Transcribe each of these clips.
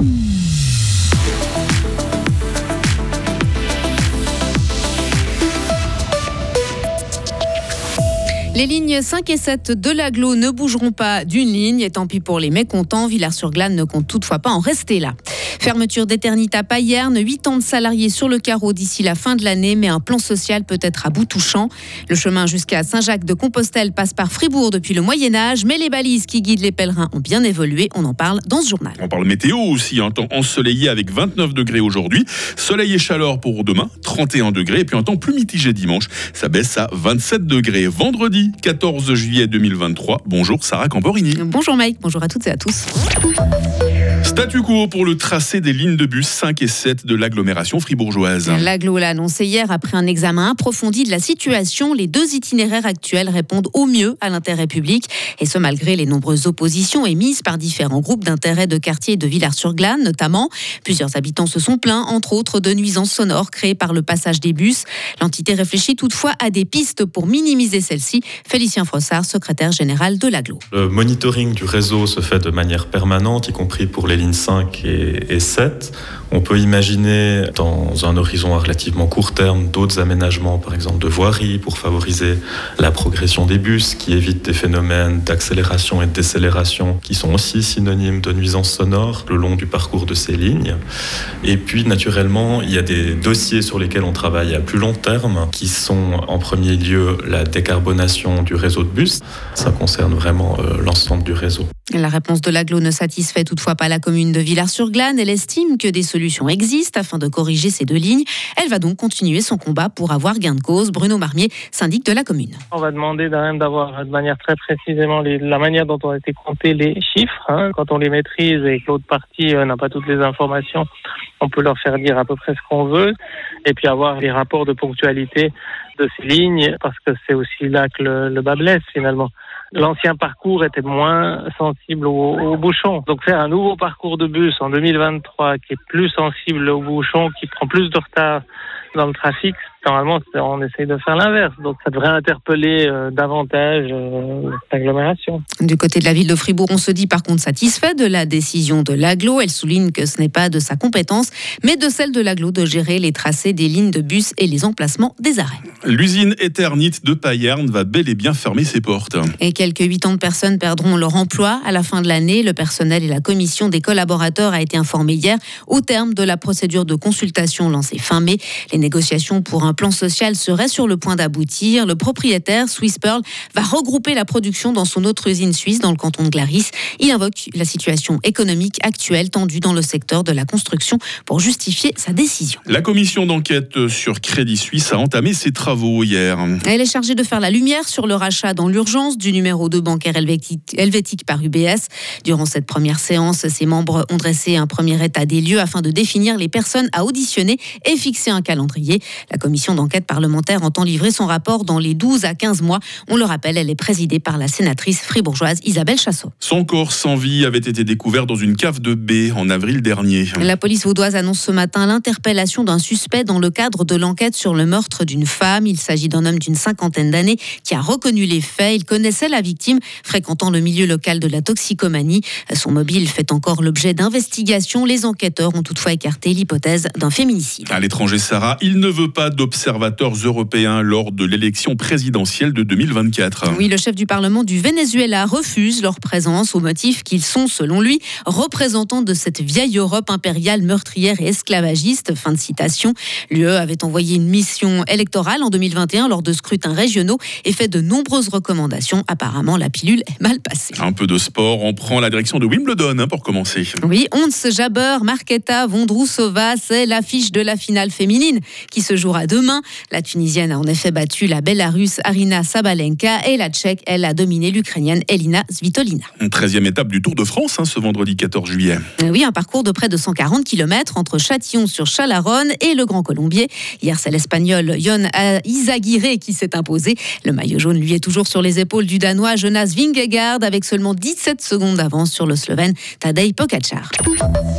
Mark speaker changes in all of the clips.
Speaker 1: Les lignes 5 et 7 de l'agglo ne bougeront pas d'une ligne et tant pis pour les mécontents. Villars-sur-Glâne ne compte toutefois pas en rester là. Fermeture d'Eternit à Payerne, 8 ans de salariés sur le carreau d'ici la fin de l'année, mais un plan social peut être à bout touchant. Le chemin jusqu'à Saint-Jacques-de-Compostelle passe par Fribourg depuis le Moyen-Âge, mais les balises qui guident les pèlerins ont bien évolué. On en parle dans ce journal.
Speaker 2: On parle météo aussi, un temps ensoleillé avec 29 degrés aujourd'hui, soleil et chaleur pour demain, 31 degrés, et puis un temps plus mitigé dimanche, ça baisse à 27 degrés. Vendredi 14 juillet 2023, bonjour Sarah Camporini.
Speaker 1: Bonjour Mike, bonjour à toutes et à tous.
Speaker 2: Statu quo pour le tracé des lignes de bus 5 et 7 de l'agglomération fribourgeoise.
Speaker 1: L'agglo l'a annoncé hier après un examen approfondi de la situation. Les 2 itinéraires actuels répondent au mieux à l'intérêt public. Et ce, malgré les nombreuses oppositions émises par différents groupes d'intérêt de quartier de Villars-sur-Glâne, notamment. Plusieurs habitants se sont plaints, entre autres, de nuisances sonores créées par le passage des bus. L'entité réfléchit toutefois à des pistes pour minimiser celles-ci. Félicien Frossard, secrétaire général de l'agglo.
Speaker 3: Le monitoring du réseau se fait de manière permanente, y compris pour les lignes 5 et 7. On peut imaginer, dans un horizon à relativement court terme, d'autres aménagements, par exemple de voirie, pour favoriser la progression des bus, qui évitent des phénomènes d'accélération et de décélération, qui sont aussi synonymes de nuisances sonores le long du parcours de ces lignes. Et puis, naturellement, il y a des dossiers sur lesquels on travaille à plus long terme, qui sont en premier lieu la décarbonation du réseau de bus. Ça concerne vraiment l'ensemble du réseau.
Speaker 1: La réponse de l'agglo ne satisfait toutefois pas la commune de Villars-sur-Glâne. Elle estime que des solutions existent afin de corriger ces 2 lignes. Elle va donc continuer son combat pour avoir gain de cause. Bruno Marmier, syndic de la commune.
Speaker 4: On va demander d'avoir de manière très précisément la manière dont ont été comptés les chiffres. Quand on les maîtrise et que l'autre partie n'a pas toutes les informations, on peut leur faire dire à peu près ce qu'on veut. Et puis avoir les rapports de ponctualité de ces lignes, parce que c'est aussi là que le bas blesse finalement. L'ancien parcours était moins sensible aux bouchons. Donc faire un nouveau parcours de bus en 2023 qui est plus sensible aux bouchons, qui prend plus de retard dans le trafic, normalement on essaye de faire l'inverse. Donc ça devrait interpeller davantage l'agglomération.
Speaker 1: Du côté de la ville de Fribourg, on se dit par contre satisfait de la décision de l'agglo. Elle souligne que ce n'est pas de sa compétence, mais de celle de l'agglo de gérer les tracés des lignes de bus et les emplacements des arrêts.
Speaker 2: L'usine Eternit de Payerne va bel et bien fermer ses portes.
Speaker 1: Et quelques 8 ans de personnes perdront leur emploi à la fin de l'année. Le personnel et la commission des collaborateurs a été informé hier au terme de la procédure de consultation lancée fin mai. Les négociations pour un plan social seraient sur le point d'aboutir. Le propriétaire, Swiss Pearl, va regrouper la production dans son autre usine suisse dans le canton de Glaris. Il invoque la situation économique actuelle tendue dans le secteur de la construction pour justifier sa décision.
Speaker 2: La commission d'enquête sur Crédit Suisse a entamé ses travaux hier.
Speaker 1: Elle est chargée de faire la lumière sur le rachat dans l'urgence du numéro 2 bancaire helvétique par UBS. Durant cette première séance, ses membres ont dressé un premier état des lieux afin de définir les personnes à auditionner et fixer un calendrier. La commission d'enquête parlementaire entend livrer son rapport dans les 12 à 15 mois. On le rappelle, elle est présidée par la sénatrice fribourgeoise Isabelle Chassot.
Speaker 2: Son corps sans vie avait été découvert dans une cave de baie en avril dernier.
Speaker 1: La police vaudoise annonce ce matin l'interpellation d'un suspect dans le cadre de l'enquête sur le meurtre d'une femme. Il s'agit d'un homme d'une 50aine d'années qui a reconnu les faits. Il connaissait la victime, fréquentant le milieu local de la toxicomanie. Son mobile fait encore l'objet d'investigations. Les enquêteurs ont toutefois écarté l'hypothèse d'un féminicide.
Speaker 2: À l'étranger, Sarah, il ne veut pas d'observateurs européens lors de l'élection présidentielle de 2024.
Speaker 1: Oui, le chef du Parlement du Venezuela refuse leur présence au motif qu'ils sont, selon lui, représentants de cette vieille Europe impériale, meurtrière et esclavagiste. Fin de citation. L'UE avait envoyé une mission électorale en 2021 lors de scrutins régionaux et fait de nombreuses recommandations. Apparemment, la pilule est mal passée.
Speaker 2: Un peu de sport, on prend la direction de Wimbledon pour commencer.
Speaker 1: Oui, Ons Jabeur, Marketa Vondrousova, c'est l'affiche de la finale féminine qui se jouera demain. La Tunisienne a en effet battu la Bélarusse Arina Sabalenka et la Tchèque, elle, a dominé l'Ukrainienne Elina Svitolina.
Speaker 2: 13e étape du Tour de France ce vendredi 14 juillet.
Speaker 1: Oui, un parcours de près de 140 km entre Châtillon-sur-Chalaronne et le Grand Colombier. Hier, c'est l'Espagnol Jon Izaguirre qui s'est imposé. Le maillot jaune, lui, est toujours sur les épaules du Danois Jonas Vingegaard avec seulement 17 secondes d'avance sur le Slovène Tadej Pogačar.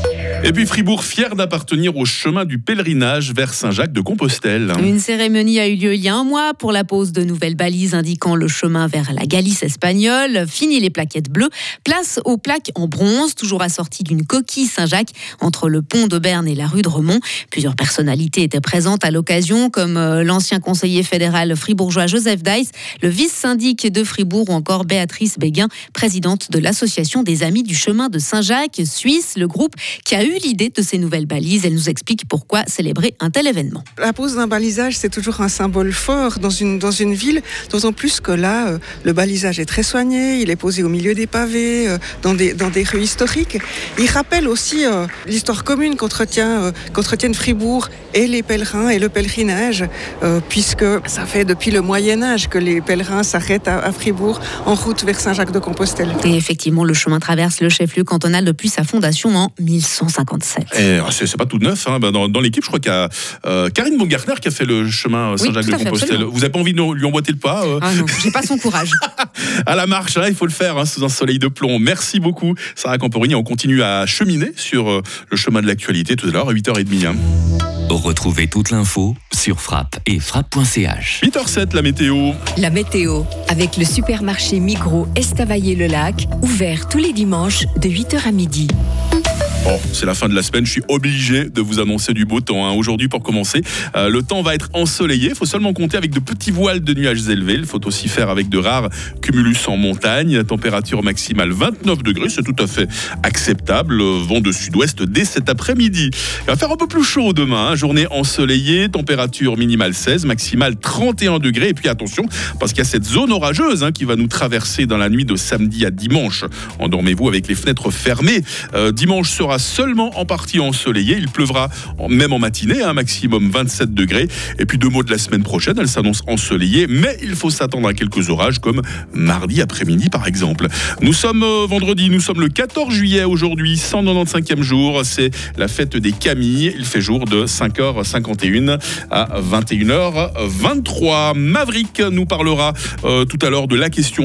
Speaker 2: Et puis Fribourg, fier d'appartenir au chemin du pèlerinage vers Saint-Jacques-de-Compostelle.
Speaker 1: Une cérémonie a eu lieu il y a un mois pour la pose de nouvelles balises indiquant le chemin vers la Galice espagnole. Fini les plaquettes bleues, place aux plaques en bronze, toujours assorties d'une coquille Saint-Jacques entre le pont de Berne et la rue de Remont. Plusieurs personnalités étaient présentes à l'occasion, comme l'ancien conseiller fédéral fribourgeois Joseph Deiss, le vice-syndic de Fribourg ou encore Béatrice Béguin, présidente de l'association des Amis du chemin de Saint-Jacques Suisse, le groupe qui a eu l'idée de ces nouvelles balises. Elle nous explique pourquoi célébrer un tel événement.
Speaker 5: La pose d'un balisage, c'est toujours un symbole fort dans une ville, d'autant plus que là, le balisage est très soigné, il est posé au milieu des pavés, dans des rues historiques. Il rappelle aussi l'histoire commune qu'entretiennent Fribourg et les pèlerins et le pèlerinage, puisque ça fait depuis le Moyen-Âge que les pèlerins s'arrêtent à Fribourg en route vers Saint-Jacques-de-Compostelle.
Speaker 1: Et effectivement, le chemin traverse le chef-lieu cantonal depuis sa fondation en 1157.
Speaker 2: Et c'est pas tout neuf. Hein. Dans l'équipe, je crois qu'il y a Karine Baumgartner qui a fait le chemin Saint-Jacques-de-Compostelle. Vous n'avez pas envie de lui emboîter le pas
Speaker 1: Ah non, j'ai pas son courage.
Speaker 2: À la marche, il faut le faire sous un soleil de plomb. Merci beaucoup, Sarah Camporini. On continue à cheminer sur le chemin de l'actualité tout à l'heure à 8h30.
Speaker 6: Retrouvez toute l'info sur Frappe et frappe.ch.
Speaker 2: 8h07, la météo.
Speaker 7: La météo, avec le supermarché Migros Estavayer-le-Lac, ouvert tous les dimanches de 8h à midi.
Speaker 2: Bon, c'est la fin de la semaine, je suis obligé de vous annoncer du beau temps. Aujourd'hui, pour commencer, le temps va être ensoleillé. Il faut seulement compter avec de petits voiles de nuages élevés. Il faut aussi faire avec de rares cumulus en montagne. Température maximale 29 degrés, c'est tout à fait acceptable. Vent de sud-ouest dès cet après-midi. Il va faire un peu plus chaud demain. Journée ensoleillée, température minimale 16, maximale 31 degrés. Et puis attention, parce qu'il y a cette zone orageuse qui va nous traverser dans la nuit de samedi à dimanche. Endormez-vous avec les fenêtres fermées. Dimanche sera seulement en partie ensoleillé. Il pleuvra même en matinée, maximum 27 degrés. Et puis 2 mots de la semaine prochaine, elle s'annonce ensoleillée, mais il faut s'attendre à quelques orages comme mardi après-midi par exemple. Nous sommes vendredi, nous sommes le 14 juillet aujourd'hui, 195e jour. C'est la fête des Camilles. Il fait jour de 5h51 à 21h23. Maverick nous parlera tout à l'heure de la question